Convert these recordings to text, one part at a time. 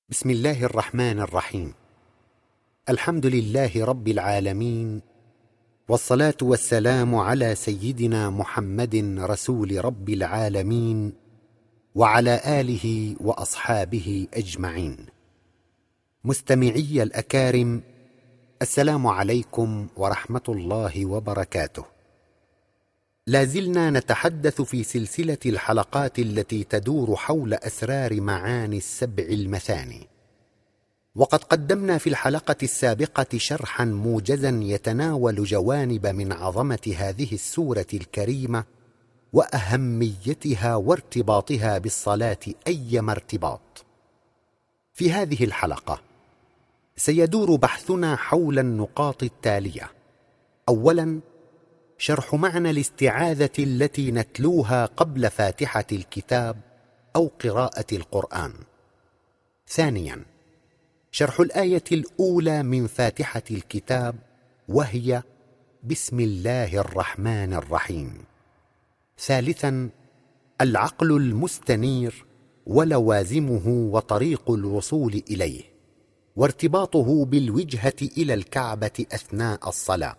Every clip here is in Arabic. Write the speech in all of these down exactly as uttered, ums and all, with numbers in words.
بسم الله الرحمن الرحيم. الحمد لله رب العالمين، والصلاة والسلام على سيدنا محمد رسول رب العالمين وعلى آله وأصحابه أجمعين. مستمعي الأكارم، السلام عليكم ورحمة الله وبركاته. لازلنا نتحدث في سلسلة الحلقات التي تدور حول أسرار معاني السبع المثاني، وقد قدمنا في الحلقة السابقة شرحا موجزا يتناول جوانب من عظمة هذه السورة الكريمة وأهميتها وارتباطها بالصلاة أيما ارتباط. في هذه الحلقة سيدور بحثنا حول النقاط التالية: أولا، شرح معنى الاستعاذة التي نتلوها قبل فاتحة الكتاب أو قراءة القرآن. ثانيا، شرح الآية الأولى من فاتحة الكتاب وهي بسم الله الرحمن الرحيم. ثالثا، العقل المستنير ولوازمه وطريق الوصول إليه، وارتباطه بالوجهة إلى الكعبة أثناء الصلاة.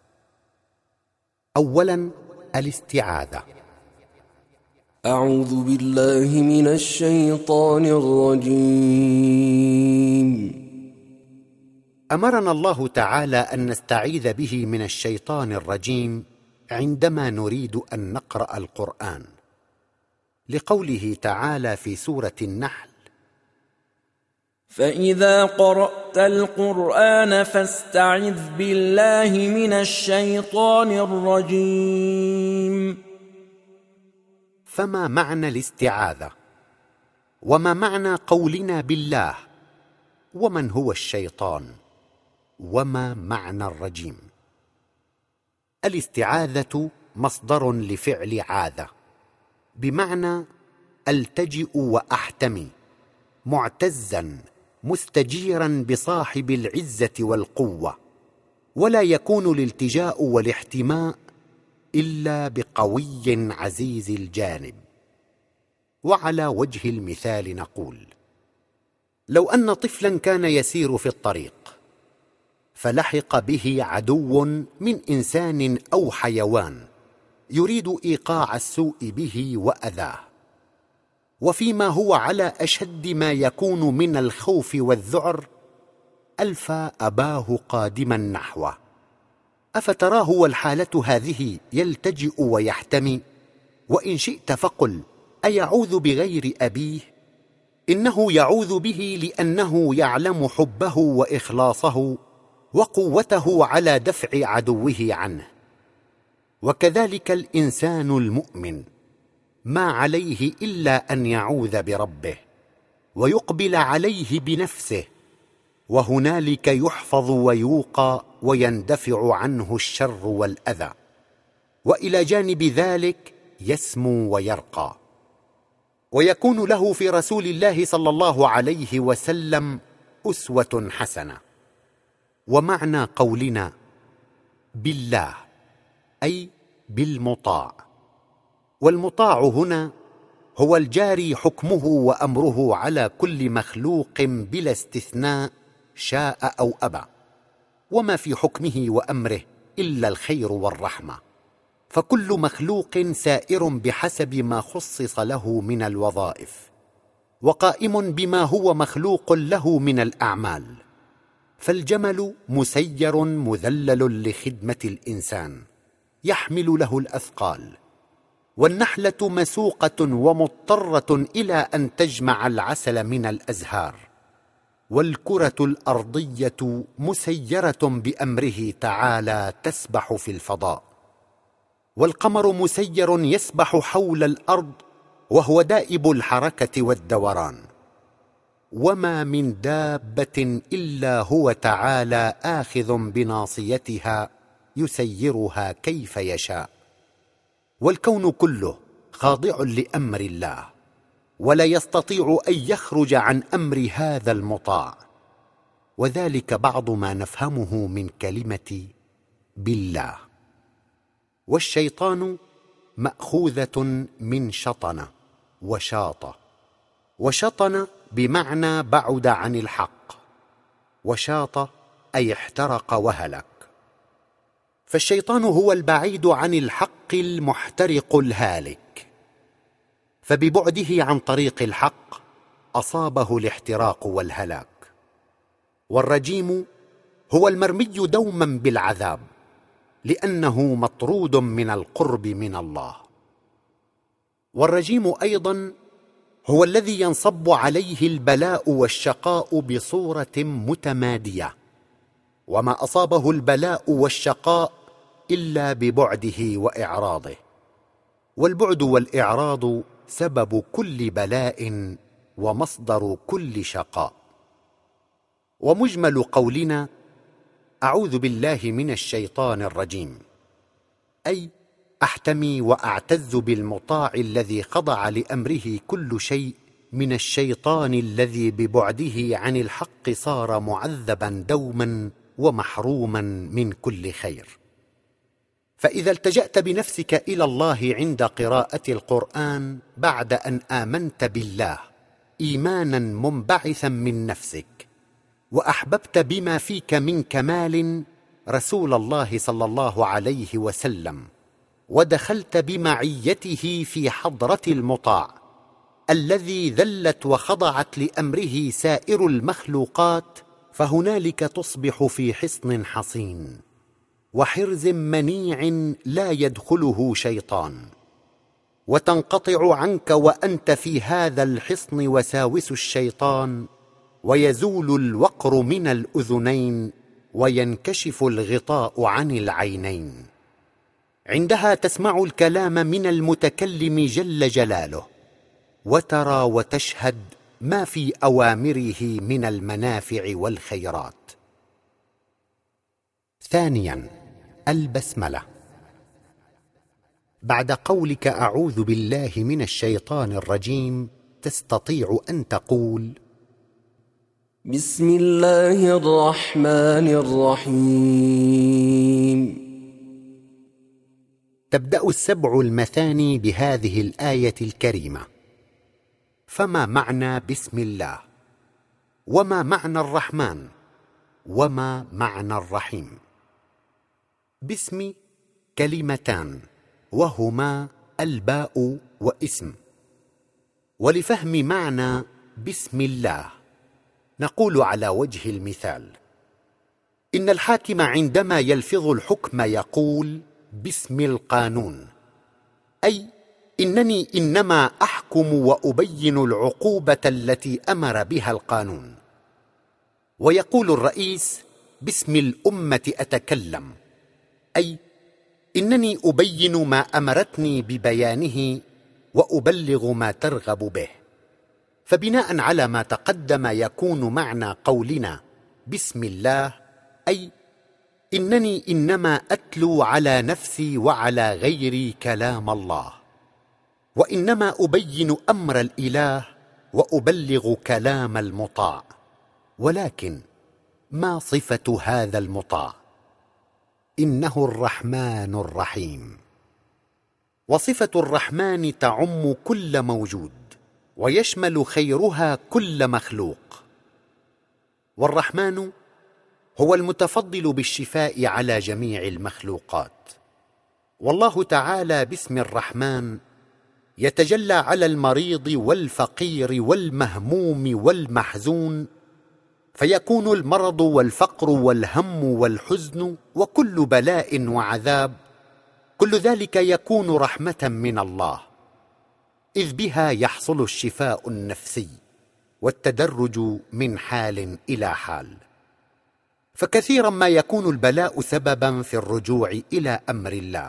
أولا، الاستعاذة. أعوذ بالله من الشيطان الرجيم. أمرنا الله تعالى أن نستعيذ به من الشيطان الرجيم عندما نريد أن نقرأ القرآن، لقوله تعالى في سورة النحل: فإذا قرأت القرآن فاستعذ بالله من الشيطان الرجيم. فما معنى الاستعاذة؟ وما معنى قولنا بالله؟ ومن هو الشيطان؟ وما معنى الرجيم؟ الاستعاذة مصدر لفعل عاذة، بمعنى ألتجئ وأحتمي، معتزا مستجيرا بصاحب العزة والقوة، ولا يكون الالتجاء والاحتماء إلا بقوي عزيز الجانب. وعلى وجه المثال نقول: لو أن طفلا كان يسير في الطريق فلحق به عدو من إنسان أو حيوان يريد إيقاع السوء به وأذاه، وفيما هو على أشد ما يكون من الخوف والذعر ألفى أباه قادما نحوه، أفتراه والحالة هذه يلتجئ ويحتمي؟ وإن شئت فقل: أيعوذ بغير أبيه؟ إنه يعوذ به لأنه يعلم حبه وإخلاصه وقوته على دفع عدوه عنه. وكذلك الإنسان المؤمن ما عليه إلا أن يعوذ بربه ويقبل عليه بنفسه، وهنالك يحفظ ويوقى ويندفع عنه الشر والأذى، وإلى جانب ذلك يسمو ويرقى، ويكون له في رسول الله صلى الله عليه وسلم أسوة حسنة. ومعنى قولنا بالله أي بالمطاع، والمطاع هنا هو الجاري حكمه وأمره على كل مخلوق بلا استثناء شاء أو أبى، وما في حكمه وأمره إلا الخير والرحمة، فكل مخلوق سائر بحسب ما خصص له من الوظائف، وقائم بما هو مخلوق له من الأعمال. فالجمل مسير مذلل لخدمة الإنسان يحمل له الأثقال، والنحلة مسوقة ومضطرة إلى أن تجمع العسل من الأزهار، والكرة الأرضية مسيرة بأمره تعالى تسبح في الفضاء، والقمر مسير يسبح حول الأرض وهو دائب الحركة والدوران. وما من دابة إلا هو تعالى آخذ بناصيتها يسيرها كيف يشاء، والكون كله خاضع لأمر الله، ولا يستطيع أن يخرج عن أمر هذا المطاع، وذلك بعض ما نفهمه من كلمة بالله. والشيطان مأخوذة من شطن وشاط، وشطن بمعنى بعد عن الحق، وشاط أي احترق وهلك. فالشيطان هو البعيد عن الحق المحترق الهالك، فببعده عن طريق الحق أصابه الاحتراق والهلاك. والرجيم هو المرمي دوما بالعذاب، لأنه مطرود من القرب من الله. والرجيم أيضا هو الذي ينصب عليه البلاء والشقاء بصورة متمادية، وما أصابه البلاء والشقاء إلا ببعده وإعراضه. والبعد والإعراض سبب كل بلاء ومصدر كل شقاء. ومجمل قولنا أعوذ بالله من الشيطان الرجيم، أي أحتمي وأعتز بالمطاع الذي خضع لأمره كل شيء من الشيطان الذي ببعده عن الحق صار معذبا دوما ومحروما من كل خير. فإذا التجأت بنفسك إلى الله عند قراءة القرآن بعد أن آمنت بالله إيمانا منبعثا من نفسك، وأحببت بما فيك من كمال رسول الله صلى الله عليه وسلم، ودخلت بمعيته في حضرة المطاع الذي ذلت وخضعت لأمره سائر المخلوقات، فهنالك تصبح في حصن حصين وحرز منيع لا يدخله شيطان، وتنقطع عنك وأنت في هذا الحصن وساوس الشيطان، ويزول الوقر من الأذنين، وينكشف الغطاء عن العينين. عندها تسمع الكلام من المتكلم جل جلاله، وترى وتشهد ما في أوامره من المنافع والخيرات. ثانيا، البسملة. بعد قولك أعوذ بالله من الشيطان الرجيم تستطيع أن تقول بسم الله الرحمن الرحيم. تبدأ السبع المثاني بهذه الآية الكريمة. فما معنى بسم الله؟ وما معنى الرحمن؟ وما معنى الرحيم؟ بسم كلمتان، وهما الباء واسم. ولفهم معنى بسم الله نقول على وجه المثال: إن الحاكم عندما يلفظ الحكم يقول باسم القانون، أي إنني إنما أحكم وأبين العقوبة التي أمر بها القانون. ويقول الرئيس باسم الأمة أتكلم، أي إنني أبين ما أمرتني ببيانه وأبلغ ما ترغب به. فبناء على ما تقدم يكون معنى قولنا بسم الله أي إنني إنما أتلو على نفسي وعلى غيري كلام الله، وإنما أبين أمر الإله وأبلغ كلام المطاع. ولكن ما صفة هذا المطاع؟ إنه الرحمن الرحيم. وصفة الرحمن تعم كل موجود، ويشمل خيرها كل مخلوق. والرحمن هو المتفضل بالشفاء على جميع المخلوقات. والله تعالى باسم الرحمن يتجلى على المريض والفقير والمهموم والمحزون، فيكون المرض والفقر والهم والحزن وكل بلاء وعذاب، كل ذلك يكون رحمة من الله، إذ بها يحصل الشفاء النفسي والتدرج من حال إلى حال. فكثيرا ما يكون البلاء سببا في الرجوع إلى أمر الله،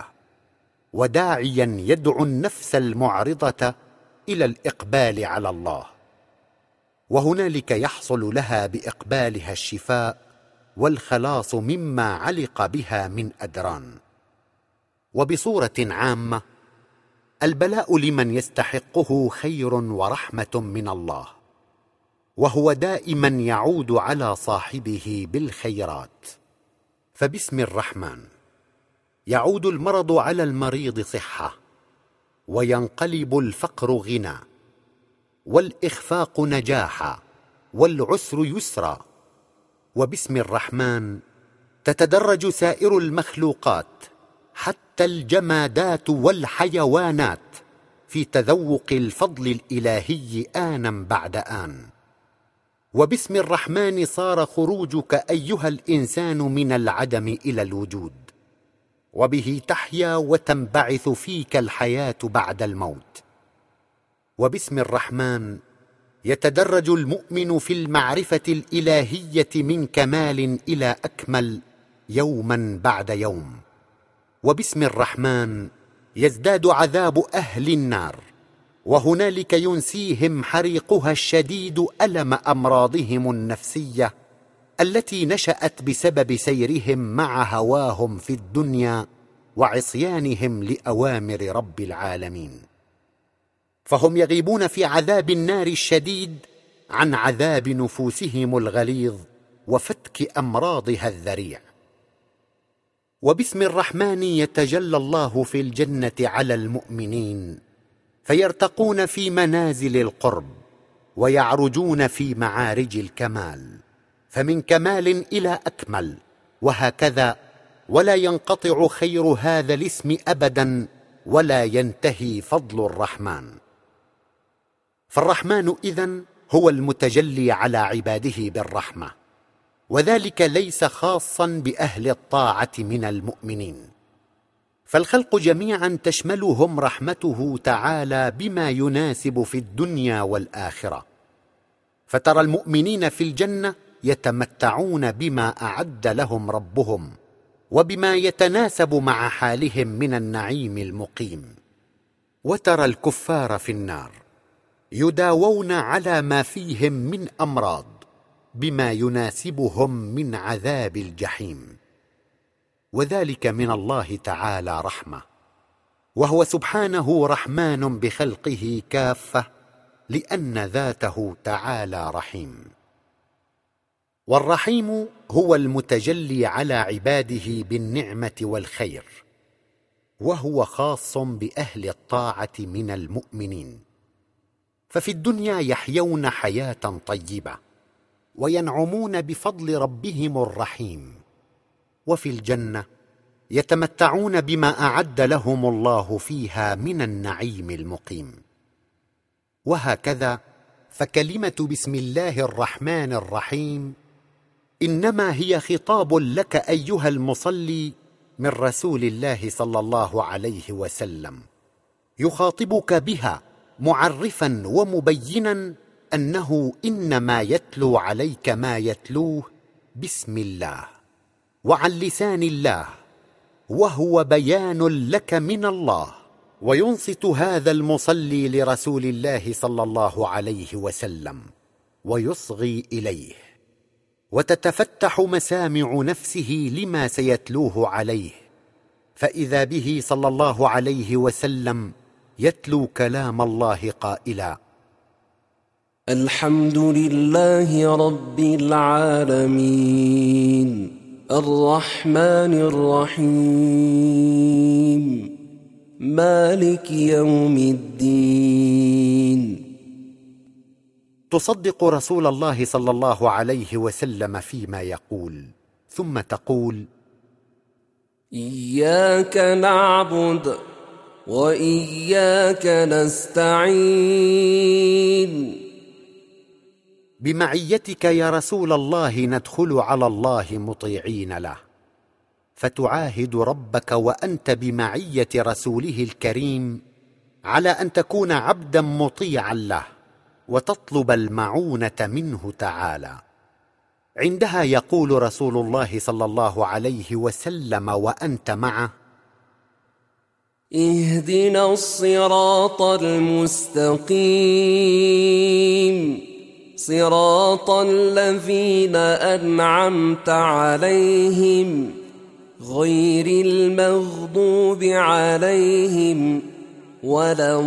وداعيا يدعو النفس المعرضة إلى الإقبال على الله، وهنالك يحصل لها بإقبالها الشفاء والخلاص مما علق بها من أدران. وبصورة عامة البلاء لمن يستحقه خير ورحمة من الله، وهو دائما يعود على صاحبه بالخيرات. فباسم الرحمن يعود المرض على المريض صحة، وينقلب الفقر غنى، والإخفاق نجاحا، والعسر يسرا. وباسم الرحمن تتدرج سائر المخلوقات حتى الجمادات والحيوانات في تذوق الفضل الإلهي آنا بعد آن. وباسم الرحمن صار خروجك أيها الإنسان من العدم إلى الوجود، وبه تحيا وتنبعث فيك الحياة بعد الموت. وباسم الرحمن يتدرج المؤمن في المعرفة الإلهية من كمال إلى أكمل يوما بعد يوم. وباسم الرحمن يزداد عذاب أهل النار، وهنالك ينسيهم حريقها الشديد ألم أمراضهم النفسية التي نشأت بسبب سيرهم مع هواهم في الدنيا وعصيانهم لأوامر رب العالمين. فهم يغيبون في عذاب النار الشديد عن عذاب نفوسهم الغليظ وفتك أمراضها الذريع. وباسم الرحمن يتجلى الله في الجنة على المؤمنين، فيرتقون في منازل القرب ويعرجون في معارج الكمال، فمن كمال إلى أكمل، وهكذا، ولا ينقطع خير هذا الاسم أبدا، ولا ينتهي فضل الرحمن. فالرحمن إذن هو المتجلي على عباده بالرحمة، وذلك ليس خاصا بأهل الطاعة من المؤمنين، فالخلق جميعا تشملهم رحمته تعالى بما يناسب في الدنيا والآخرة. فترى المؤمنين في الجنة يتمتعون بما أعد لهم ربهم وبما يتناسب مع حالهم من النعيم المقيم، وترى الكفار في النار يداوون على ما فيهم من أمراض بما يناسبهم من عذاب الجحيم، وذلك من الله تعالى رحمة، وهو سبحانه رحمن بخلقه كافة، لأن ذاته تعالى رحيم. والرحيم هو المتجلي على عباده بالنعمة والخير، وهو خاص بأهل الطاعة من المؤمنين، ففي الدنيا يحيون حياة طيبة وينعمون بفضل ربهم الرحيم، وفي الجنة يتمتعون بما أعد لهم الله فيها من النعيم المقيم. وهكذا فكلمة بسم الله الرحمن الرحيم إنما هي خطاب لك أيها المصلي من رسول الله صلى الله عليه وسلم، يخاطبك بها معرفا ومبينا أنه إنما يتلو عليك ما يتلوه بسم الله وعن لسان الله، وهو بيان لك من الله. وينصت هذا المصلي لرسول الله صلى الله عليه وسلم ويصغي إليه، وتتفتح مسامع نفسه لما سيتلوه عليه، فإذا به صلى الله عليه وسلم يتلو كلام الله قائلا: الحمد لله رب العالمين الرحمن الرحيم مالك يوم الدين. تصدق رسول الله صلى الله عليه وسلم فيما يقول، ثم تقول: إياك نعبد وإياك نستعين. بمعيتك يا رسول الله ندخل على الله مطيعين له، فتعاهد ربك وأنت بمعية رسوله الكريم على أن تكون عبدا مطيعا له، وتطلب المعونة منه تعالى. عندها يقول رسول الله صلى الله عليه وسلم وأنت معه: اهدنا الصراط المستقيم صراط الذين أنعمت عليهم غير المغضوب عليهم ولا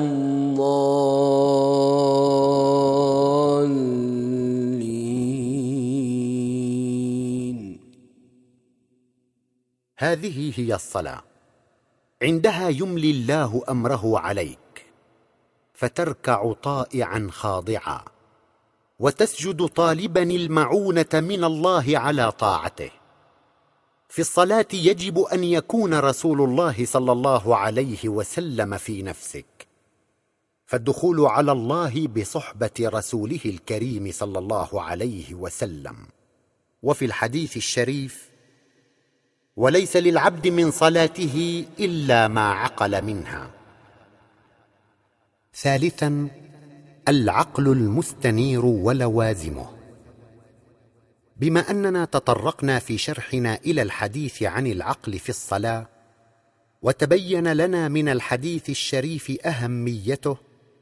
الضالين. هذه هي الصلاة. عندها يملي الله أمره عليك، فتركع طائعا خاضعا، وتسجد طالبا المعونة من الله على طاعته. في الصلاة يجب أن يكون رسول الله صلى الله عليه وسلم في نفسك، فالدخول على الله بصحبة رسوله الكريم صلى الله عليه وسلم. وفي الحديث الشريف: وليس للعبد من صلاته إلا ما عقل منها. ثالثا، العقل المستنير ولوازمه. بما أننا تطرقنا في شرحنا إلى الحديث عن العقل في الصلاة، وتبين لنا من الحديث الشريف أهميته،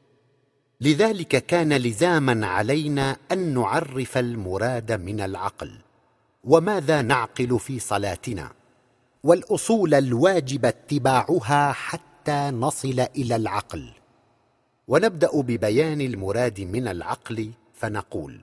لذلك كان لزاما علينا أن نعرف المراد من العقل، وماذا نعقل في صلاتنا، والأصول الواجب اتباعها حتى نصل إلى العقل. ونبدأ ببيان المراد من العقل، فنقول: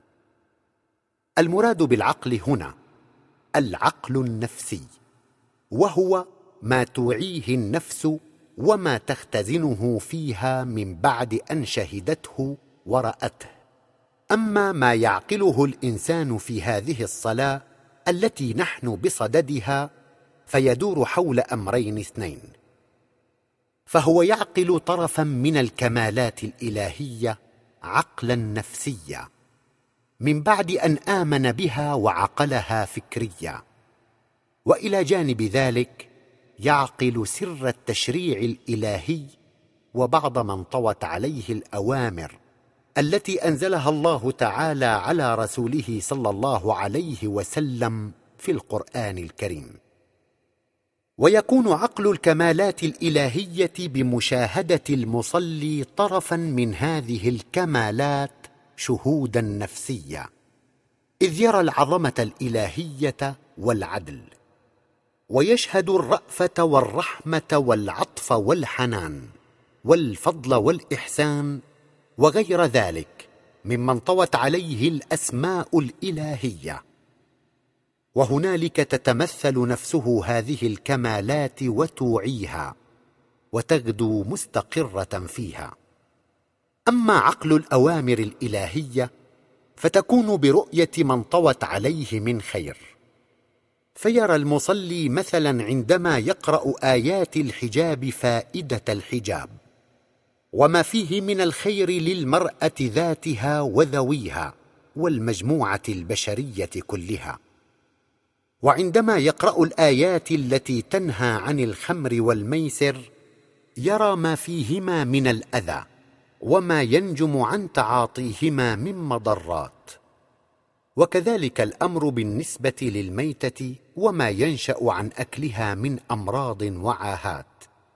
المراد بالعقل هنا العقل النفسي، وهو ما توعيه النفس وما تختزنه فيها من بعد أن شهدته ورأته. أما ما يعقله الإنسان في هذه الصلاة التي نحن بصددها فيدور حول أمرين اثنين: فهو يعقل طرفا من الكمالات الإلهية عقلا نفسيا من بعد أن آمن بها وعقلها فكريا، وإلى جانب ذلك يعقل سر التشريع الإلهي وبعض ما انطوت عليه الأوامر التي أنزلها الله تعالى على رسوله صلى الله عليه وسلم في القرآن الكريم. ويكون عقل الكمالات الإلهية بمشاهدة المصلي طرفا من هذه الكمالات شهودا نفسيا، إذ يرى العظمة الإلهية والعدل، ويشهد الرأفة والرحمة والعطف والحنان والفضل والإحسان وغير ذلك مما انطوت عليه الأسماء الإلهية. وهنالك تتمثل نفسه هذه الكمالات وتوعيها وتغدو مستقرة فيها. أما عقل الأوامر الإلهية فتكون برؤية ما انطوت عليه من خير، فيرى المصلي مثلا عندما يقرأ آيات الحجاب فائدة الحجاب وما فيه من الخير للمرأة ذاتها وذويها والمجموعة البشرية كلها، وعندما يقرأ الآيات التي تنهى عن الخمر والميسر يرى ما فيهما من الأذى وما ينجم عن تعاطيهما من مضرات. وكذلك الأمر بالنسبة للميتة وما ينشأ عن أكلها من أمراض وعاهات.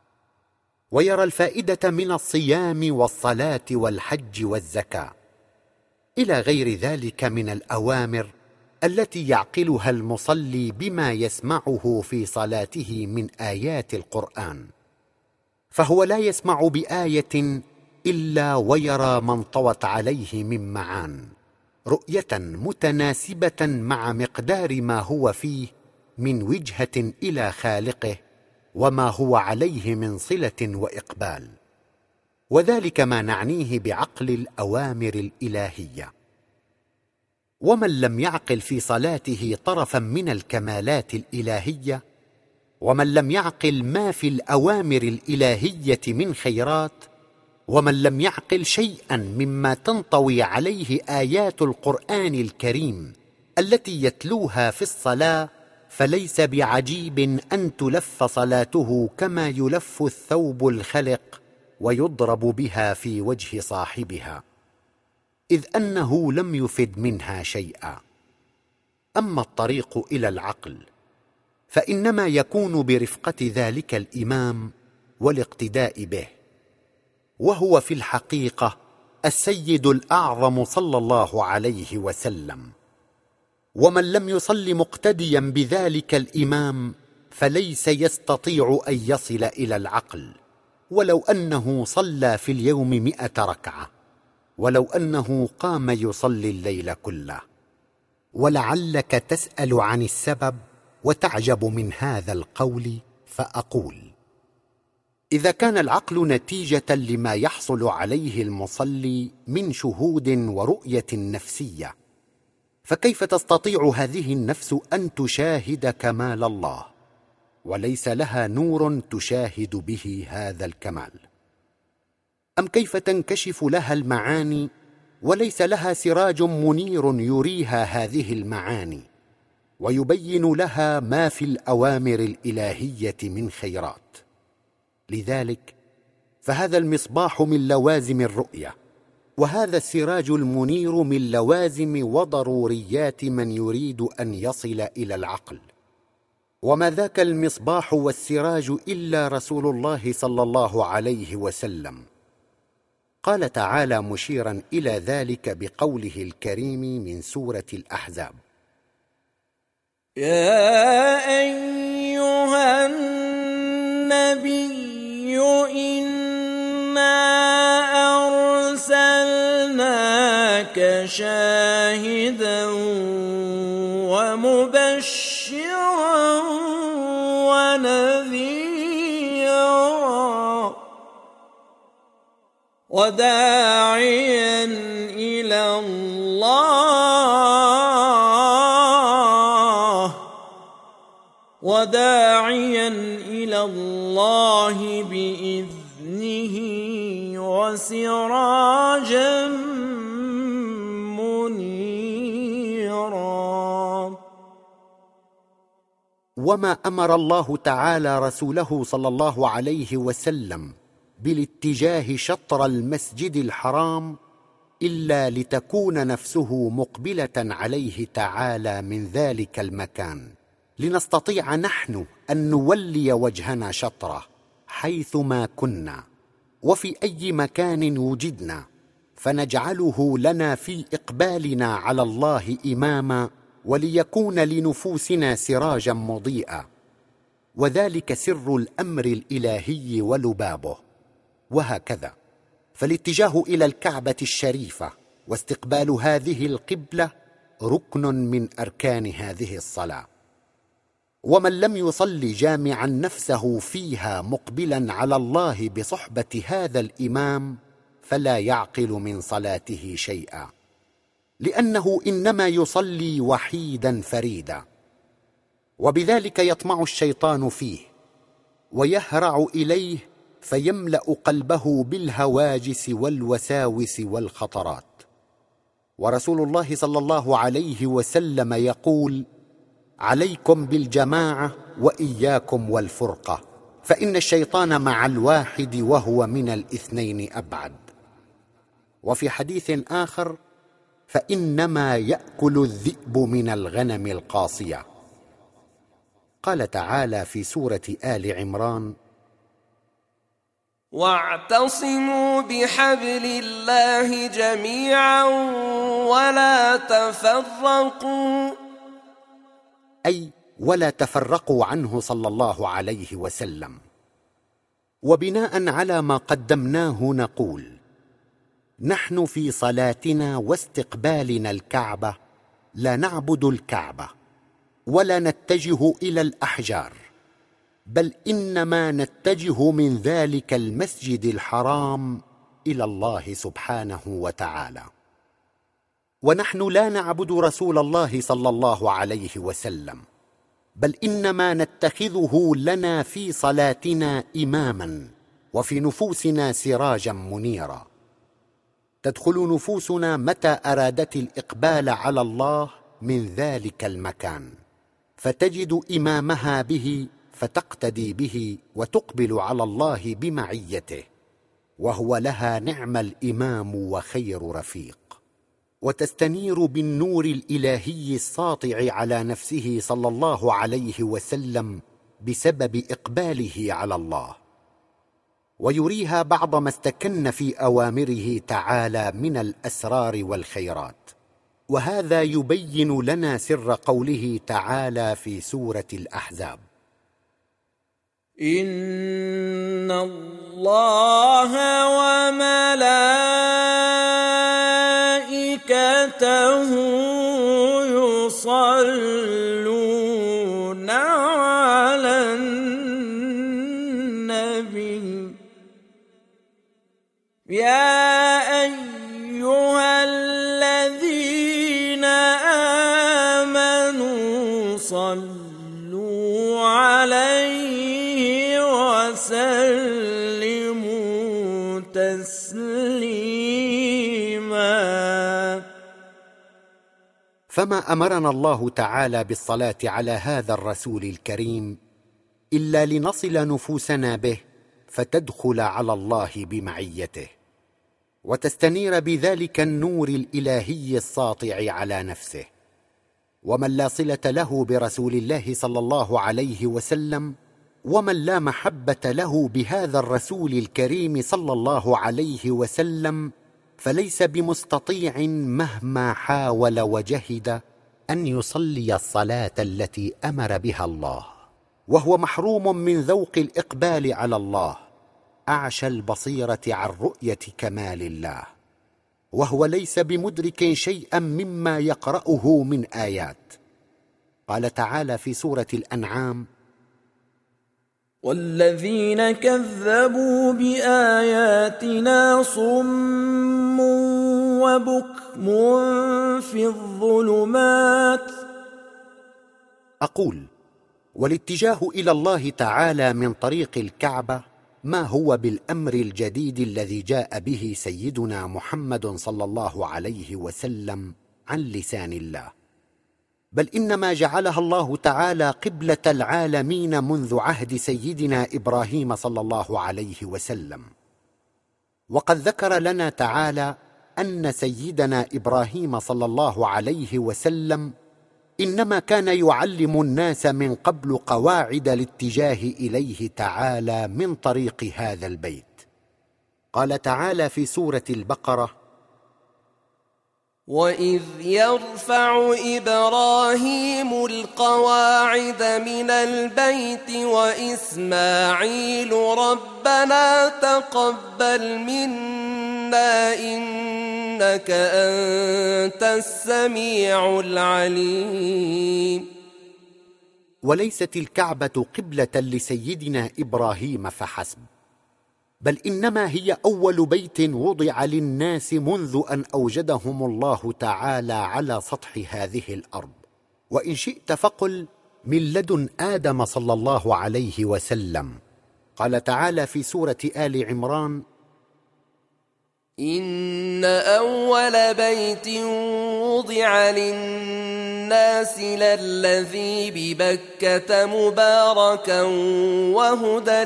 ويرى الفائدة من الصيام والصلاة والحج والزكاة إلى غير ذلك من الأوامر التي يعقلها المصلي بما يسمعه في صلاته من آيات القرآن، فهو لا يسمع بآية إلا ويرى ما انطوت عليه من معان رؤية متناسبة مع مقدار ما هو فيه من وجهة إلى خالقه وما هو عليه من صلة وإقبال. وذلك ما نعنيه بعقل الأوامر الإلهية. ومن لم يعقل في صلاته طرفا من الكمالات الإلهية، ومن لم يعقل ما في الأوامر الإلهية من خيرات، ومن لم يعقل شيئا مما تنطوي عليه آيات القرآن الكريم التي يتلوها في الصلاة، فليس بعجيب أن تلف صلاته كما يلف الثوب الخلق ويضرب بها في وجه صاحبها، إذ أنه لم يفد منها شيئا. أما الطريق إلى العقل فإنما يكون برفقة ذلك الإمام والاقتداء به، وهو في الحقيقة السيد الأعظم صلى الله عليه وسلم. ومن لم يصل مقتديا بذلك الإمام فليس يستطيع أن يصل إلى العقل، ولو أنه صلى في اليوم مئة ركعة، ولو أنه قام يصلي الليل كله. ولعلك تسأل عن السبب وتعجب من هذا القول، فأقول: إذا كان العقل نتيجة لما يحصل عليه المصلي من شهود ورؤية نفسية، فكيف تستطيع هذه النفس أن تشاهد كمال الله وليس لها نور تشاهد به هذا الكمال؟ أم كيف تنكشف لها المعاني وليس لها سراج منير يريها هذه المعاني ويبين لها ما في الأوامر الإلهية من خيرات؟ لذلك فهذا المصباح من لوازم الرؤية، وهذا السراج المنير من لوازم وضروريات من يريد أن يصل إلى العقل. وما ذاك المصباح والسراج إلا رسول الله صلى الله عليه وسلم. قال تعالى مشيرا إلى ذلك بقوله الكريم من سورة الأحزاب: يا أيها النبي إنا أرسلناك شاهدا ومبشرا ونذيرا وداعيا إلى الله وداعيا إلى الله بإذنه وسراجا منيرا. وما أمر الله تعالى رسوله صلى الله عليه وسلم بالاتجاه شطر المسجد الحرام إلا لتكون نفسه مقبلة عليه تعالى من ذلك المكان، لنستطيع نحن أن نولي وجهنا شطره حيثما كنا وفي أي مكان وجدنا، فنجعله لنا في إقبالنا على الله إماما، وليكون لنفوسنا سراجا مضيئا، وذلك سر الأمر الإلهي ولبابه. وهكذا فالاتجاه إلى الكعبة الشريفة واستقبال هذه القبلة ركن من أركان هذه الصلاة، ومن لم يصل جامعا نفسه فيها مقبلا على الله بصحبة هذا الإمام فلا يعقل من صلاته شيئا، لأنه إنما يصلي وحيدا فريدا، وبذلك يطمع الشيطان فيه ويهرع إليه فيملأ قلبه بالهواجس والوساوس والخطرات. ورسول الله صلى الله عليه وسلم يقول: عليكم بالجماعة وإياكم والفرقة، فإن الشيطان مع الواحد وهو من الاثنين أبعد. وفي حديث آخر: فإنما يأكل الذئب من الغنم القاصية. قال تعالى في سورة آل عمران: واعتصموا بحبل الله جميعا ولا تفرقوا، أي ولا تفرقوا عنه صلى الله عليه وسلم. وبناء على ما قدمناه نقول: نحن في صلاتنا واستقبالنا الكعبة لا نعبد الكعبة ولا نتجه إلى الأحجار، بل إنما نتجه من ذلك المسجد الحرام إلى الله سبحانه وتعالى. ونحن لا نعبد رسول الله صلى الله عليه وسلم، بل إنما نتخذه لنا في صلاتنا إماما وفي نفوسنا سراجا منيرا. تدخل نفوسنا متى أرادت الإقبال على الله من ذلك المكان، فتجد إمامها به فتقتدي به وتقبل على الله بمعيته، وهو لها نعم الإمام وخير رفيق، وتستنير بالنور الإلهي الساطع على نفسه صلى الله عليه وسلم بسبب إقباله على الله، ويريها بعض ما استكن في أوامره تعالى من الأسرار والخيرات. وهذا يبين لنا سر قوله تعالى في سورة الأحزاب: إن الله وملائكته يصلون على النبي يا أيها الذين آمنوا صلوا عليه وسلموا تسليما. فما أمرنا الله تعالى بالصلاة على هذا الرسول الكريم إلا لنصل نفوسنا به فتدخل على الله بمعيته، وتستنير بذلك النور الإلهي الساطع على نفسه. ومن لا صلة له برسول الله صلى الله عليه وسلم، ومن لا محبة له بهذا الرسول الكريم صلى الله عليه وسلم، فليس بمستطيع مهما حاول وجهد أن يصلي الصلاة التي أمر بها الله، وهو محروم من ذوق الإقبال على الله، أعشى البصيرة عن رؤية كمال الله، وهو ليس بمدرك شيئا مما يقرأه من آيات. قال تعالى في سورة الأنعام: والذين كذبوا بآياتنا صم وبكم في الظلمات. أقول: والاتجاه إلى الله تعالى من طريق الكعبة ما هو بالأمر الجديد الذي جاء به سيدنا محمد صلى الله عليه وسلم عن لسان الله، بل إنما جعلها الله تعالى قبلة العالمين منذ عهد سيدنا إبراهيم صلى الله عليه وسلم. وقد ذكر لنا تعالى أن سيدنا إبراهيم صلى الله عليه وسلم إنما كان يعلم الناس من قبل قواعد الاتجاه إليه تعالى من طريق هذا البيت. قال تعالى في سورة البقرة: وإذ يرفع إبراهيم القواعد من البيت وإسماعيل ربنا تقبل منا إنك أنت السميع العليم. وليست الكعبة قبلة لسيدنا إبراهيم فحسب، بل إنما هي أول بيت وضع للناس منذ أن أوجدهم الله تعالى على سطح هذه الأرض، وإن شئت فقل من لدن آدم صلى الله عليه وسلم. قال تعالى في سورة آل عمران: إن أول بيت وضع للناس للذي ببكة مباركا وهدى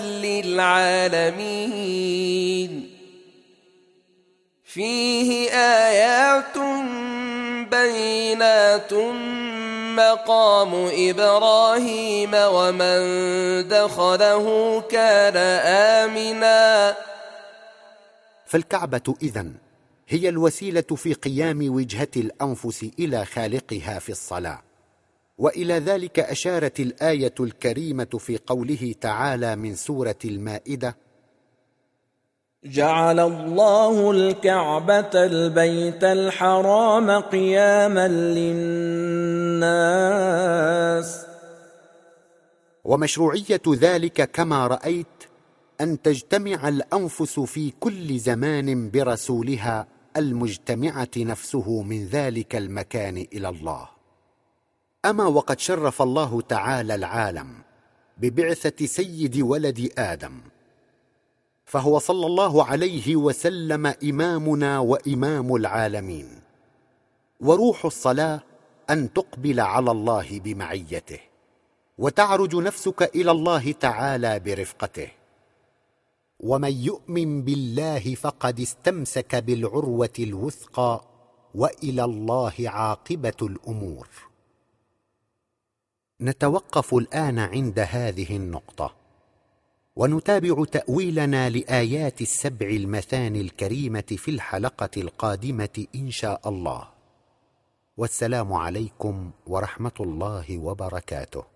للعالمين فيه آيات بينات مقام إبراهيم ومن دخله كان آمنا. فالكعبة إذن هي الوسيلة في قيام وجهة الأنفس إلى خالقها في الصلاة، وإلى ذلك أشارت الآية الكريمة في قوله تعالى من سورة المائدة: جعل الله الكعبة البيت الحرام قياما للناس. ومشروعية ذلك كما رأيت أن تجتمع الأنفس في كل زمان برسولها المجتمعة نفسه من ذلك المكان إلى الله. أما وقد شرف الله تعالى العالم ببعثة سيد ولد آدم، فهو صلى الله عليه وسلم إمامنا وإمام العالمين. وروح الصلاة أن تقبل على الله بمعيته، وتعرج نفسك إلى الله تعالى برفقته. ومن يؤمن بالله فقد استمسك بالعروة الوثقى وإلى الله عاقبة الأمور. نتوقف الآن عند هذه النقطة، ونتابع تأويلنا لآيات السبع المثاني الكريمة في الحلقة القادمة إن شاء الله. والسلام عليكم ورحمة الله وبركاته.